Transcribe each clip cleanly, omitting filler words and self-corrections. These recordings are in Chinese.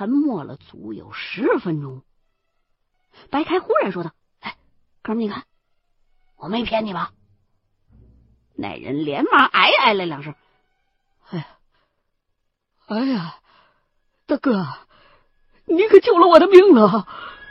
沉默了足有10分钟。白开忽然说道：“哎，哥们，你看，我没骗你吧？”那人连忙哎了2声：“哎呀，大哥，你可救了我的命了！”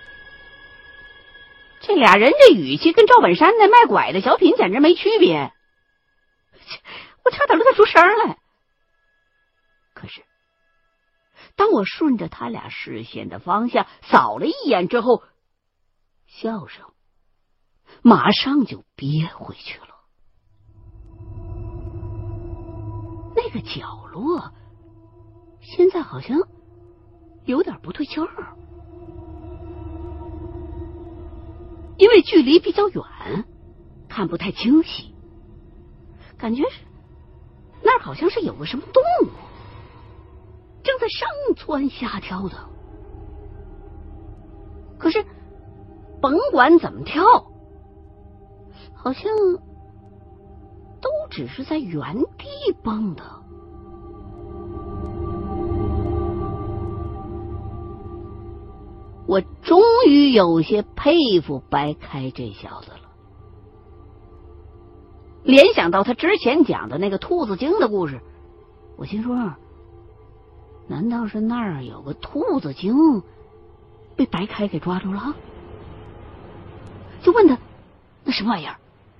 这俩人这语气跟赵本山那卖拐的小品简直没区别，我差点乐出声来。可是当我顺着他俩视线的方向扫了一眼之后，笑声马上就憋回去了。那个角落现在好像有点不对劲儿，因为距离比较远，看不太清晰，感觉是那儿好像是有个什么动物正在上蹿下跳的。可是甭管怎么跳，好像都只是在原地蹦的。我终于有些佩服白开这小子了。联想到他之前讲的那个兔子精的故事，我心说，难道是那儿有个兔子精被白开给抓住了？就问他那什么玩意儿。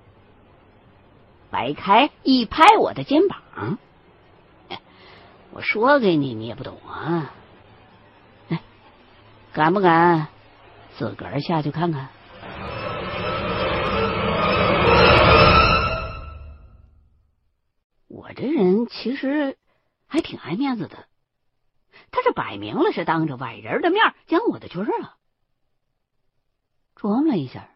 白开一拍我的肩膀：“我说给你，你也不懂啊。敢不敢自个儿下去看看？”我这人其实还挺爱面子的，他这摆明了是当着外人的面将我的军啊。琢磨了一下，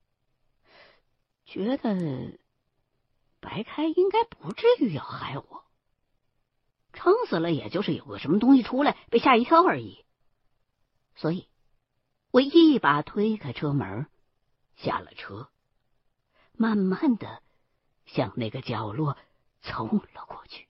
觉得白开应该不至于要害我，撑死了也就是有个什么东西出来被吓一跳而已。所以我一把推开车门，下了车，慢慢的向那个角落凑了过去。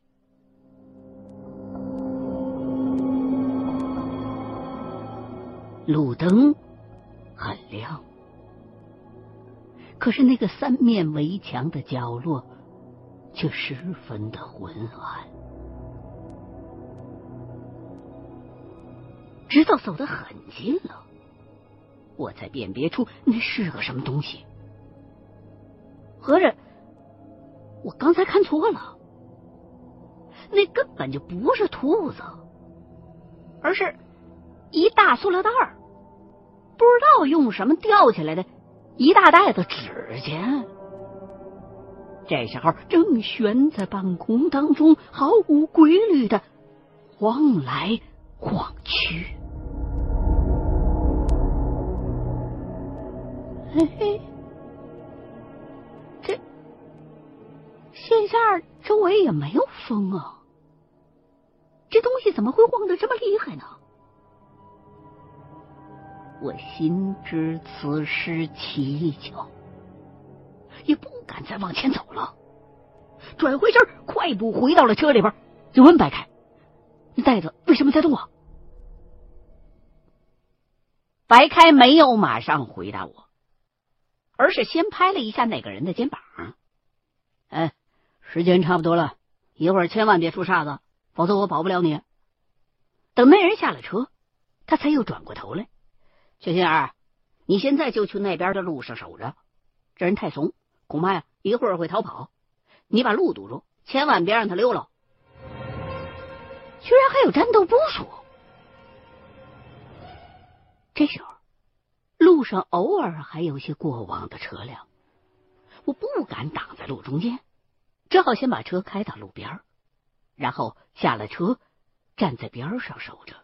路灯很亮，可是那个3面围墙的角落却十分的昏暗。直到走得很近了，我才辨别出那是个什么东西。合着我刚才看错了，那根本就不是兔子，而是一大塑料袋儿，不知道用什么吊起来的一大袋子指甲。这时候正悬在半空当中，毫无规律的晃来晃去。嘿，这现下周围也没有风啊，这东西怎么会晃得这么厉害呢？我心知此事蹊跷，也不敢再往前走了，转回身快步回到了车里边，就问白开：“那袋子为什么在动啊？”白开没有马上回答我，而是先拍了一下那个人的肩膀：“时间差不多了，一会儿千万别出岔子，否则我保不了你。”等那人下了车，他才又转过头来：“薛心儿，你现在就去那边的路上守着，这人太怂，恐怕一会儿会逃跑，你把路堵住，千万别让他溜了。”居然还有战斗部署！这时候路上偶尔还有些过往的车辆，我不敢挡在路中间，只好先把车开到路边，然后下了车站在边上守着。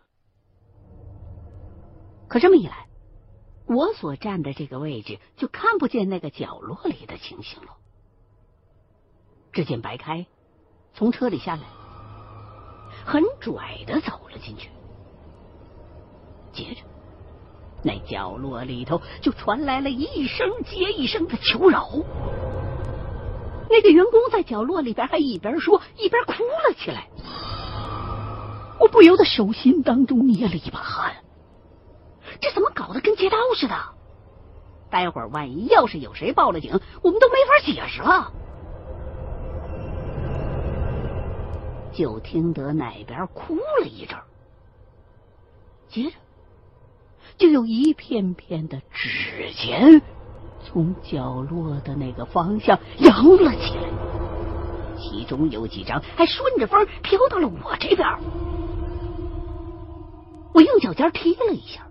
可这么一来，我所站的这个位置就看不见那个角落里的情形了。只见白开从车里下来，很拽的走了进去，接着那角落里头就传来了一声接一声的求饶。那个员工在角落里边还一边说一边哭了起来。 我不由得手心当中捏了一把汗。这怎么搞得跟劫盗似的？待会儿万一要是有谁报了警，我们都没法解释了。就听得那边哭了一阵，接着就有一片片的纸钱从角落的那个方向扬了起来，其中有几张还顺着风飘到了我这边。我用脚尖踢了一下，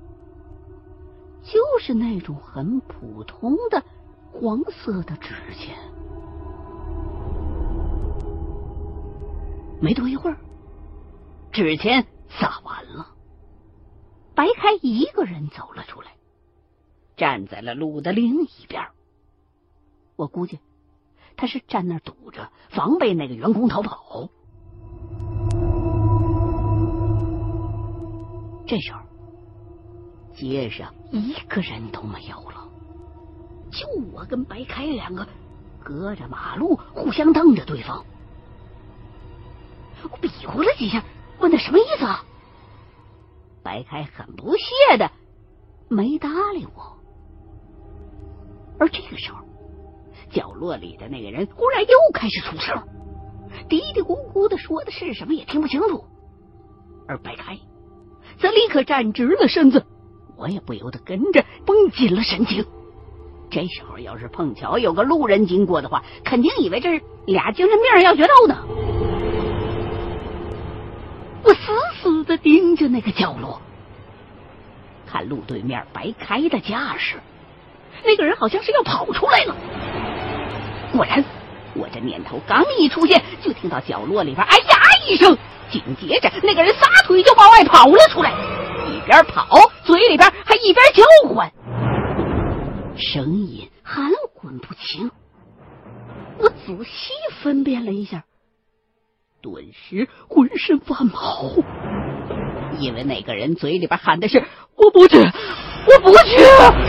就是那种很普通的黄色的纸钱。没多一会儿，纸钱撒完了，白开一个人走了出来，站在了路的另一边。我估计他是站那儿堵着，防备那个员工逃跑。这时候街上一个人都没有了，就我跟白开两个隔着马路互相瞪着对方。我比划了几下，问他什么意思啊？白开很不屑的没搭理我。而这个时候，角落里的那个人忽然又开始出声，嘀嘀咕咕的说的是什么也听不清楚。而白开则立刻站直了身子，我也不由得跟着绷紧了神经。这时候要是碰巧有个路人经过的话，肯定以为这是俩精神病要决斗呢。我死死地盯着那个角落，看路对面白开的架势，那个人好像是要跑出来了。果然，我这念头刚一出现，就听到角落里边哎呀一声，紧接着那个人撒腿就往外跑了出来，一边跑嘴里边还一边叫唤，声音含混不清。我仔细分辨了一下，顿时浑身发毛，因为那个人嘴里边喊的是我不去，我不去。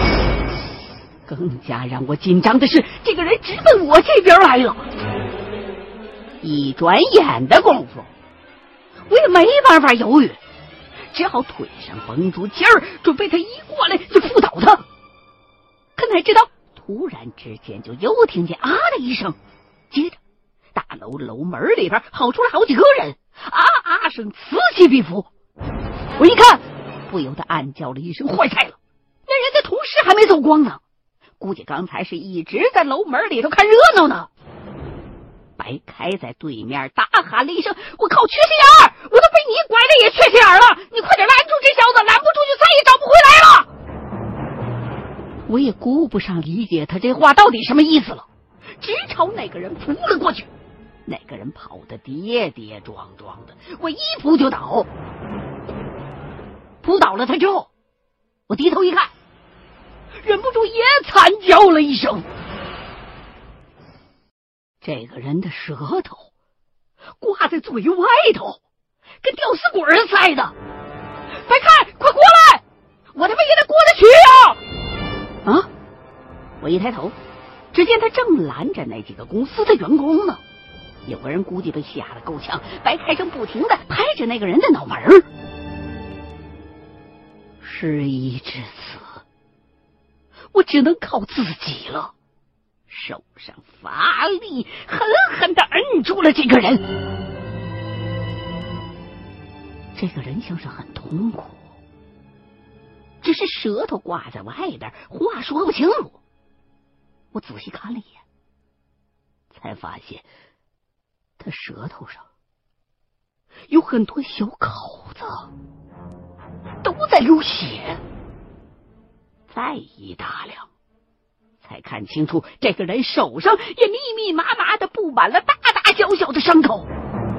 更加让我紧张的是，这个人直奔我这边来了。一转眼的功夫，我也没办法犹豫，只好腿上绷住劲儿，准备他一过来就扑倒他。可哪知道突然之间就又听见啊的一声，接着大楼楼门里边跑出来好几个人，啊啊声此起彼伏。我一看，不由得暗叫了一声坏菜了，那人的同事还没走光呢，估计刚才是一直在楼门里头看热闹呢。白开在对面大喊了一声，我靠，缺心眼儿，我都被你拐的也缺心眼儿了，你快点拦住这小子，拦不住就再也找不回来了。我也顾不上理解他这话到底什么意思了，直朝那个人扑了过去。那个人跑得跌跌撞撞的，我一扑就倒。扑倒了他之后，我低头一看，忍不住也惨叫了一声。这个人的舌头挂在嘴外头，跟吊死鬼似的。白开，快过来，我他妈也得过得去呀！啊！我一抬头，只见他正拦着那几个公司的员工呢。有个人估计被吓得够呛，白开正不停的拍着那个人的脑门儿。事已至此，我只能靠自己了。手上发力，狠狠地摁住了这个人。这个人像是很痛苦，只是舌头挂在外边，话说不清楚。我仔细看了一眼，才发现他舌头上有很多小口子，都在流血。再一打量，才看清楚这个人手上也密密麻麻的布满了大大小小的伤口。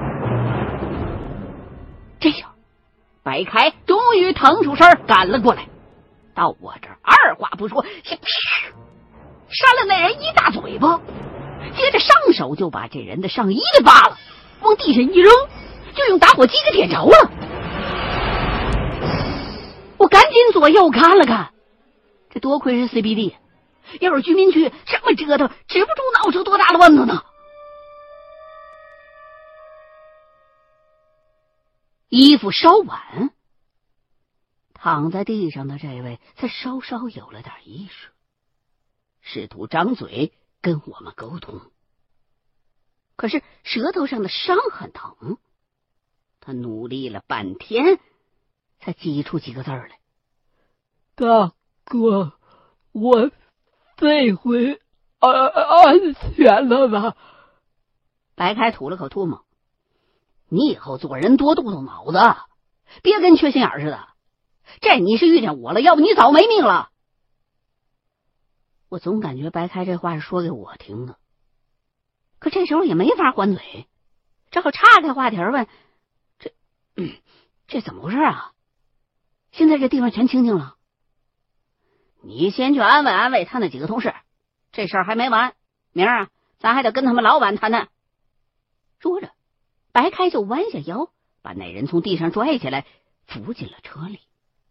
这下白开终于腾出身赶了过来，到我这儿二话不说，扇了那人一大嘴巴，接着上手就把这人的上衣给扒了，往地上一扔，就用打火机给点着了。我赶紧左右看了看，这多亏是 CBD， 要是居民区这么折腾，指不住闹出多大的乱子呢。 衣服稍晚，躺在地上的这位才稍稍有了点意识，试图张嘴跟我们沟通，可是舌头上的伤很疼，他努力了半天才挤出几个字来： 大哥，我这回安全了吧？ 白开吐了口唾沫：你以后做人多动动脑子，别跟缺心眼似的。这你是遇见我了，要不你早没命了。我总感觉白开这话是说给我听的，可这时候也没法还嘴，只好岔开话题问：这怎么回事啊？现在这地方全清静了。你先去安慰安慰他那几个同事，这事儿还没完，明儿啊，咱还得跟他们老板谈谈。说着，白开就弯下腰，把那人从地上拽起来，扶进了车里。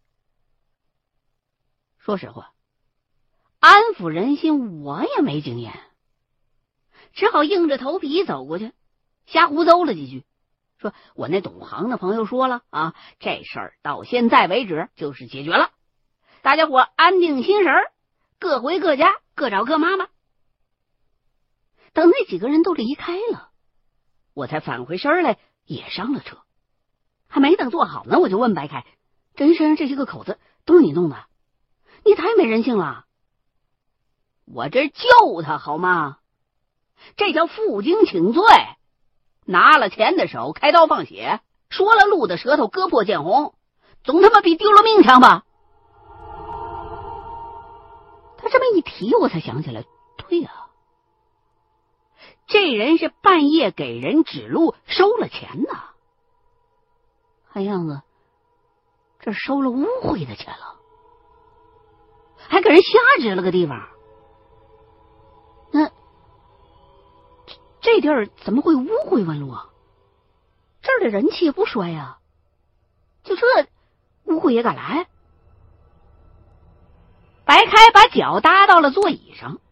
说实话，安抚人心我也没经验，只好硬着头皮走过去，瞎胡诌了几句，说我那懂行的朋友说了啊，这事儿到现在为止就是解决了，大家伙安定心神，各回各家，各找各妈妈。等那几个人都离开了，我才返回身来，也上了车。还没等坐好呢，我就问白开：这人身上这些个口子都是你弄的？你太没人性了！我这救他好吗？这叫负荆请罪，拿了钱的手开刀放血，说了路的舌头割破见红，总他妈比丢了命强吧？他这么一提，我才想起来，对啊，这人是半夜给人指路收了钱呢，看样子这收了污秽的钱了，还给人瞎指了个地方。那这地儿怎么会污秽纹路啊？这儿的人气也不衰啊，就这污秽也敢来？白开把脚搭到了座椅上，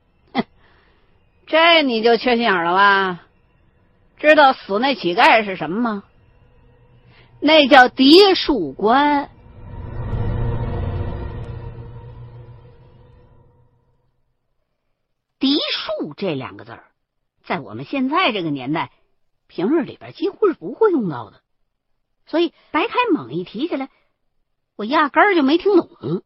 这你就缺心眼了吧？知道死那乞丐是什么吗？那叫嫡庶官。嫡庶这两个字儿，在我们现在这个年代，平日里边几乎是不会用到的，所以白开猛一提起来，我压根儿就没听懂。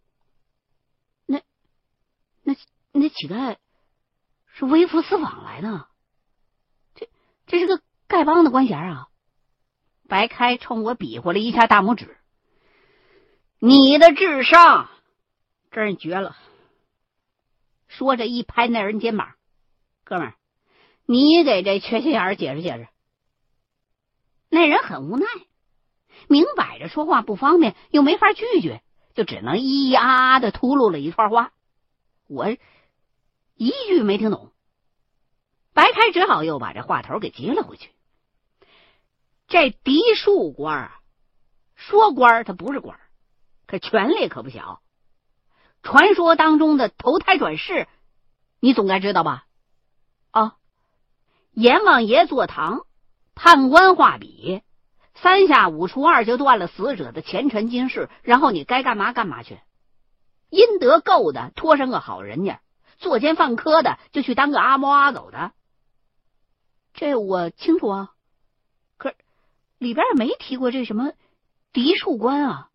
那乞丐是微服私访来的，这是个丐帮的官衔啊！白开冲我比划了一下大拇指，你的智商真绝了！说着一拍那人肩膀，哥们儿，你给这缺心眼儿解释解释。那人很无奈，明摆着说话不方便，又没法拒绝，就只能咿咿啊啊的秃噜了一串话，我一句没听懂。白开只好又把这话头给接了回去。这嫡庶官啊，说官他不是官，可权力可不小。传说当中的投胎转世，你总该知道吧？啊，阎王爷坐堂，判官画笔，3下5除2就断了死者的前尘今世，然后你该干嘛干嘛去。阴德够的托生个好人家，作奸犯科的就去当个阿猫阿狗的。这我清楚啊，可是里边也没提过这什么嫡庶官啊。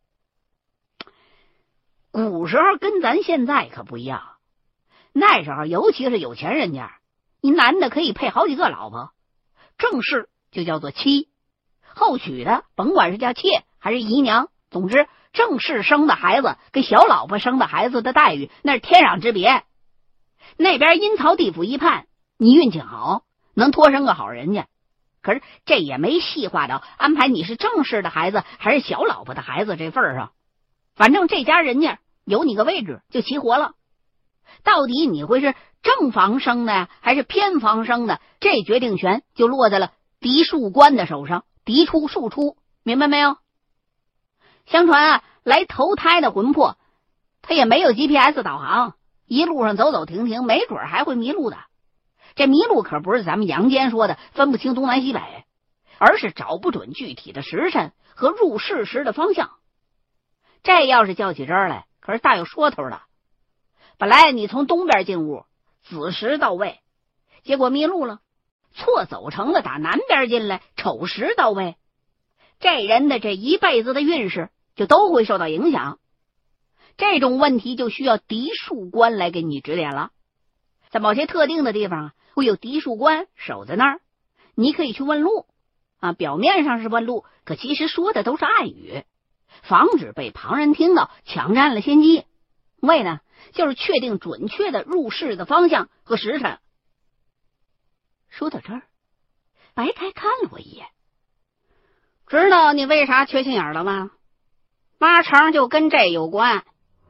古时候跟咱现在可不一样，那时候尤其是有钱人家，你男的可以配好几个老婆，正室就叫做妻，后娶的甭管是叫妾还是姨娘，总之正室生的孩子跟小老婆生的孩子的待遇那是天壤之别。那边阴曹地府一判，你运气好能托生个好人家，可是这也没细化到安排你是正室的孩子还是小老婆的孩子这份上，反正这家人家有你个位置就齐活了。到底你会是正房生的呀还是偏房生的，这决定权就落在了嫡庶官的手上，嫡出庶出，明白没有？相传啊，来投胎的魂魄他也没有 GPS 导航，一路上走走停停，没准还会迷路的。这迷路可不是咱们阳间说的分不清东南西北， 而是找不准具体的时辰和入室时的方向。这要是较起真来，可是大有说头的。本来你从东边进屋，子时到位，结果迷路了，错走成了打南边进来，丑时到位，这人的这一辈子的运势就都会受到影响。这种问题就需要嫡庶官来给你指点了。在某些特定的地方会有嫡庶官守在那儿，你可以去问路表面上是问路，可其实说的都是暗语，防止被旁人听到，抢占了先机。为呢，就是确定准确的入室的方向和时辰。说到这儿，白开看了我一眼，知道你为啥缺心眼了吗？八成就跟这有关。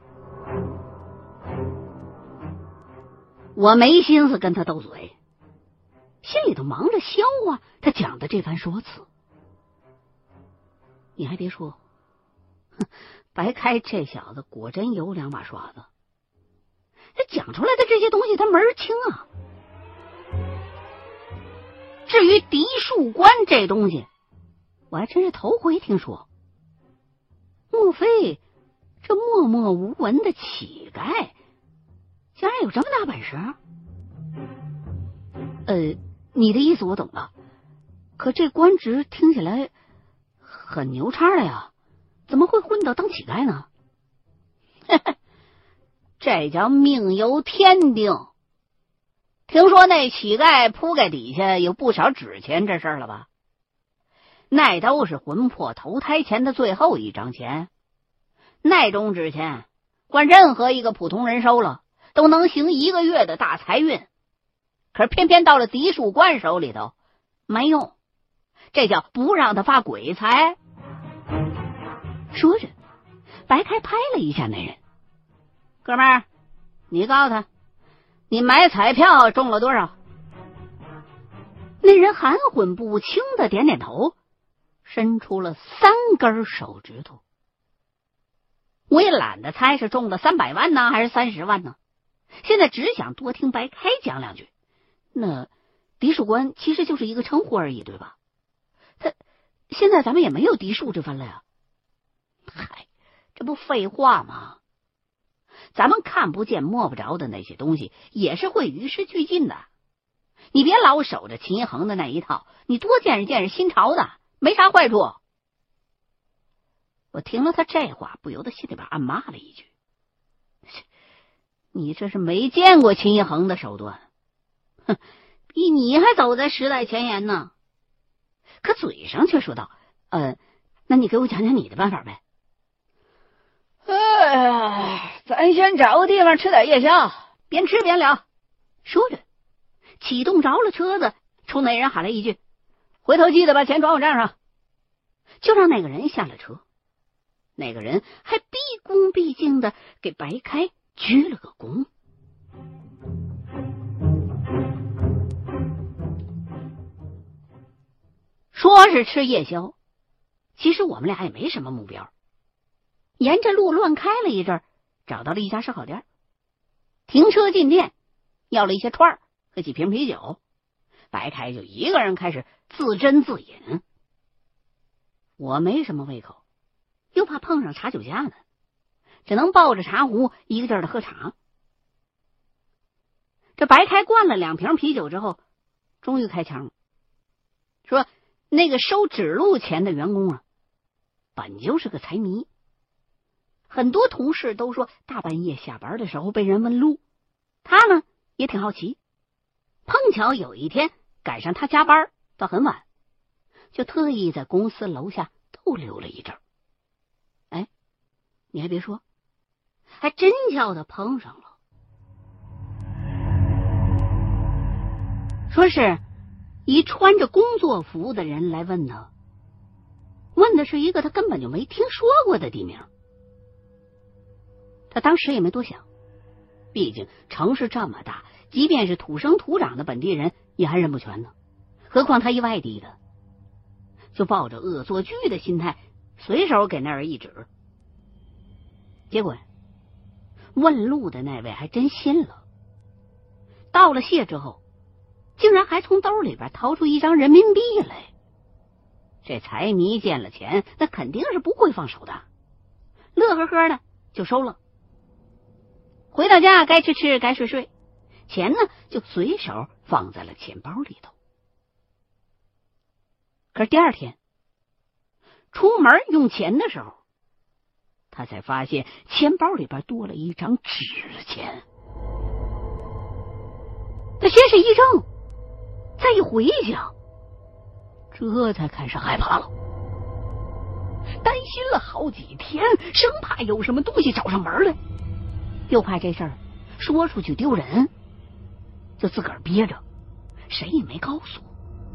我没心思跟他斗嘴，心里头忙着消化他讲的这番说辞。你还别说，白开这小子果真有两把刷子，他讲出来的这些东西他门儿清啊。至于嫡庶官这东西，我还真是头回听说。莫非这默默无闻的乞丐竟然有这么大本事？你的意思我懂了，可这官职听起来很牛叉的呀，怎么会混到当乞丐呢？这叫命由天定。听说那乞丐铺盖底下有不少纸钱这事儿了吧？那都是魂魄投胎前的最后一张钱，那种纸钱管任何一个普通人收了都能行一个月的大财运，可是偏偏到了嫡庶官手里头没用，这叫不让他发鬼财。说着，白开拍了一下那人，哥们儿，你告诉他，你买彩票中了多少？那人含混不清的点点头，伸出了3根手指头。我也懒得猜是中了300万呢，还是30万呢？现在只想多听白开讲两句。那嫡庶官其实就是一个称呼而已，对吧？现在咱们也没有嫡庶之分了呀。嗨，这不废话吗？咱们看不见摸不着的那些东西也是会与时俱进的，你别老守着秦一恒的那一套，你多见识见识新潮的，没啥坏处。我听了他这话，不由得心里边暗骂了一句，你这是没见过秦一恒的手段，比你还走在时代前沿呢。可嘴上却说道，那你给我讲讲你的办法呗。咱先找个地方吃点夜宵，边吃边聊。说着启动着了车子，冲那人喊了一句，回头记得把钱转我账上。就让那个人下了车，那个人还毕恭毕敬的给白开鞠了个躬。说是吃夜宵，其实我们俩也没什么目标，沿着路乱开了一阵，找到了一家烧烤店，停车进店，要了一些串儿和几瓶啤酒，白开就一个人开始自斟自饮。我没什么胃口，又怕碰上茶酒架呢，只能抱着茶壶一个劲儿的喝茶。这白开灌了2瓶啤酒之后，终于开腔了，说那个收指路钱的员工啊，本就是个财迷，很多同事都说大半夜下班的时候被人问路，他呢也挺好奇，碰巧有一天赶上他加班到很晚，就特意在公司楼下逗留了一阵。你还别说，还真叫他碰上了。说是一穿着工作服的人来问他，问的是一个他根本就没听说过的地名。他当时也没多想，毕竟城市这么大，即便是土生土长的本地人也还认不全呢，何况他一外地的，就抱着恶作剧的心态随手给那人一指。结果问路的那位还真信了，道了谢之后，竟然还从兜里边掏出1张人民币来。 这财迷见了钱，那肯定是不会放手的，乐呵呵的就收了。回到家，该吃吃，该睡睡，钱呢就随手放在了钱包里头。可是第二天出门用钱的时候，他才发现钱包里边多了一张纸钱。他先是一怔，再一回想，这才开始害怕了，担心了好几天，生怕有什么东西找上门来，又怕这事儿说出去丢人，就自个儿憋着，谁也没告诉。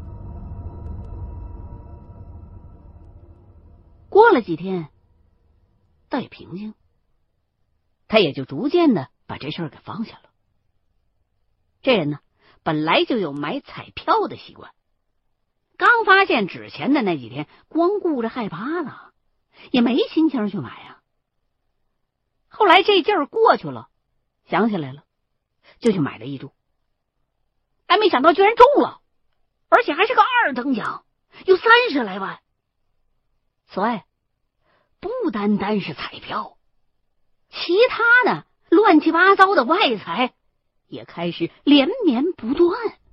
过了几天，倒也平静，他也就逐渐的把这事儿给放下了。这人呢，本来就有买彩票的习惯，刚发现纸钱的那几天，光顾着害怕了，也没心情去买啊。后来这劲儿过去了，想起来了，就去买了一注。哎，没想到居然中了，而且还是个2等奖，有30来万。此外，不单单是彩票，其他的乱七八糟的外财也开始连绵不断。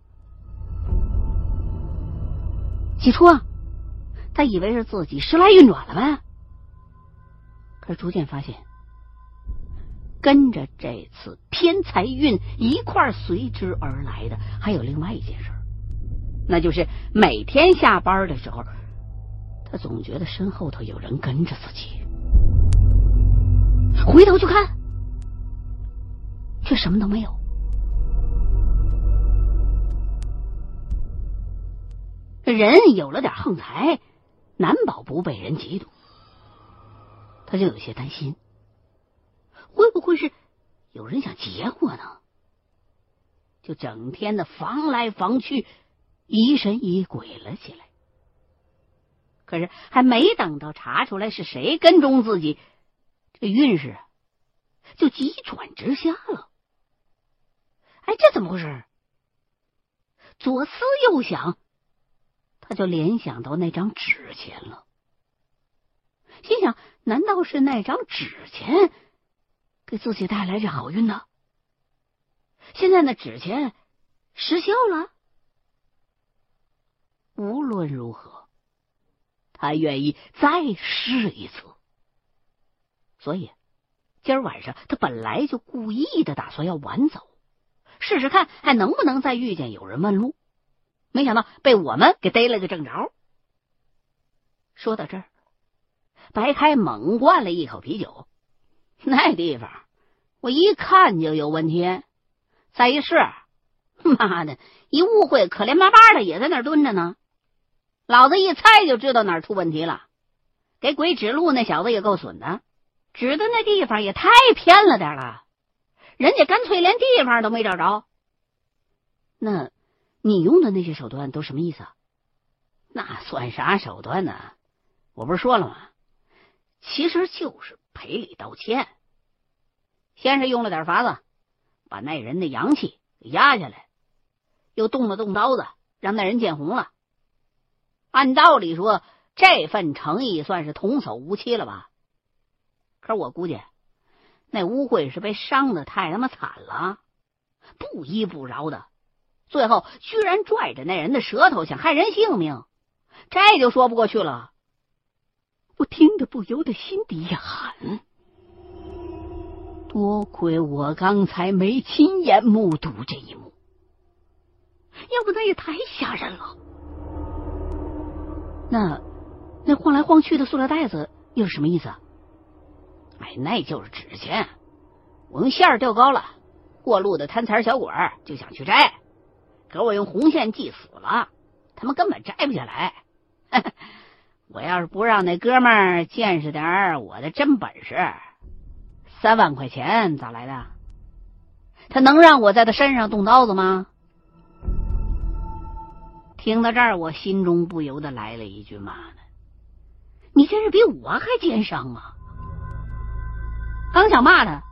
起初啊，他以为是自己时来运转了呗，可是逐渐发现，跟着这次偏财运一块随之而来的还有另外一件事，那就是每天下班的时候，他总觉得身后头有人跟着自己，回头去看，却什么都没有。人有了点横财，难保不被人嫉妒，他就有些担心，会不会是有人想劫我呢？就整天的防来防去，疑神疑鬼了起来。可是还没等到查出来是谁跟踪自己，这运势就急转直下了。哎，这怎么回事？左思右想，他就联想到那张纸钱了，心想，难道是那张纸钱给自己带来这好运呢？现在那纸钱失效了。无论如何，他愿意再试一次。所以今儿晚上他本来就故意的打算要晚走，试试看还能不能再遇见有人问路，没想到被我们给逮了个正着。说到这儿，白开猛灌了一口啤酒，那地方我一看就有问题。再一试，妈的，一误会可怜巴巴的也在那儿蹲着呢。老子一猜就知道哪儿出问题了，给鬼指路那小子也够损的，指的那地方也太偏了点了，人家干脆连地方都没找着。那你用的那些手段都什么意思啊？那算啥手段呢？我不是说了吗？其实就是赔礼道歉。先是用了点法子，把那人的阳气给压下来，又动了动刀子，让那人见红了。按道理说，这份诚意算是童叟无欺了吧？可是我估计，那污秽是被伤的太他妈惨了，不依不饶的，最后居然拽着那人的舌头想害人性命，这就说不过去了。我听得不由得心底一寒，多亏我刚才没亲眼目睹这一幕，要不那也太吓人了。那晃来晃去的塑料袋子又是什么意思啊？哎，那就是纸钱，我用线吊高了，过路的贪财小鬼就想去摘，可我用红线系死了，他们根本摘不下来。我要是不让那哥们儿见识点我的真本事，3万块钱咋来的？他能让我在他身上动刀子吗？听到这儿，我心中不由得来了一句骂呢，你这是比我还奸商啊！刚想骂他，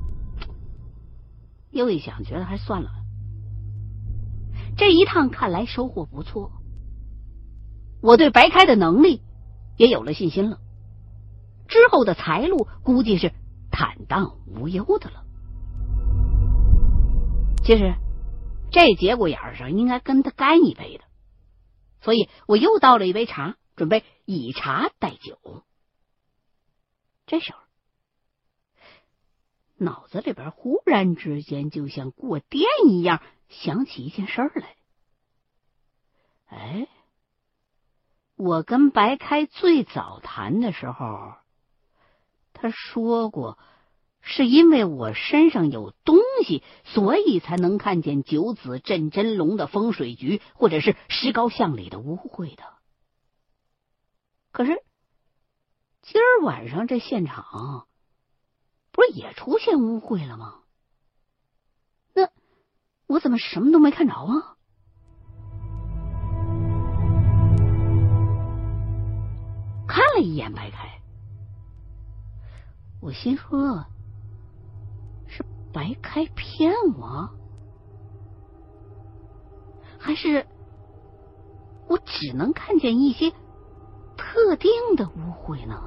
又一想觉得还算了，这一趟看来收获不错。 我对白开的能力也有了信心了，之后的财路估计是坦荡无忧的了。其实这节骨眼上应该跟他干一杯的，所以我又倒了一杯茶，准备以茶代酒。这时候脑子里边忽然之间就像过电一样想起一件事来。哎，我跟白开最早谈的时候，他说过是因为我身上有东西，所以才能看见九子镇真龙的风水局，或者是石膏像里的污秽的。可是今儿晚上这现场不是也出现污秽了吗？那我怎么什么都没看着啊？看了一眼白开，我心说是白开骗我，还是我只能看见一些特定的污秽呢？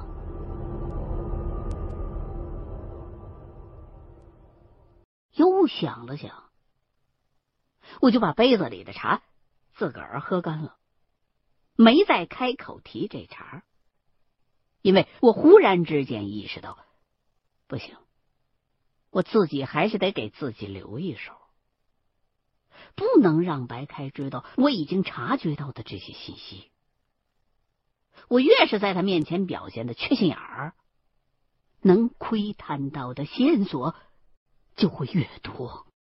又想了想，我就把杯子里的茶自个儿喝干了，没再开口提这茬，因为我忽然之间意识到，不行，我自己还是得给自己留一手，不能让白开知道我已经察觉到的这些信息。我越是在他面前表现的缺心眼儿，能窥探到的线索就会越多。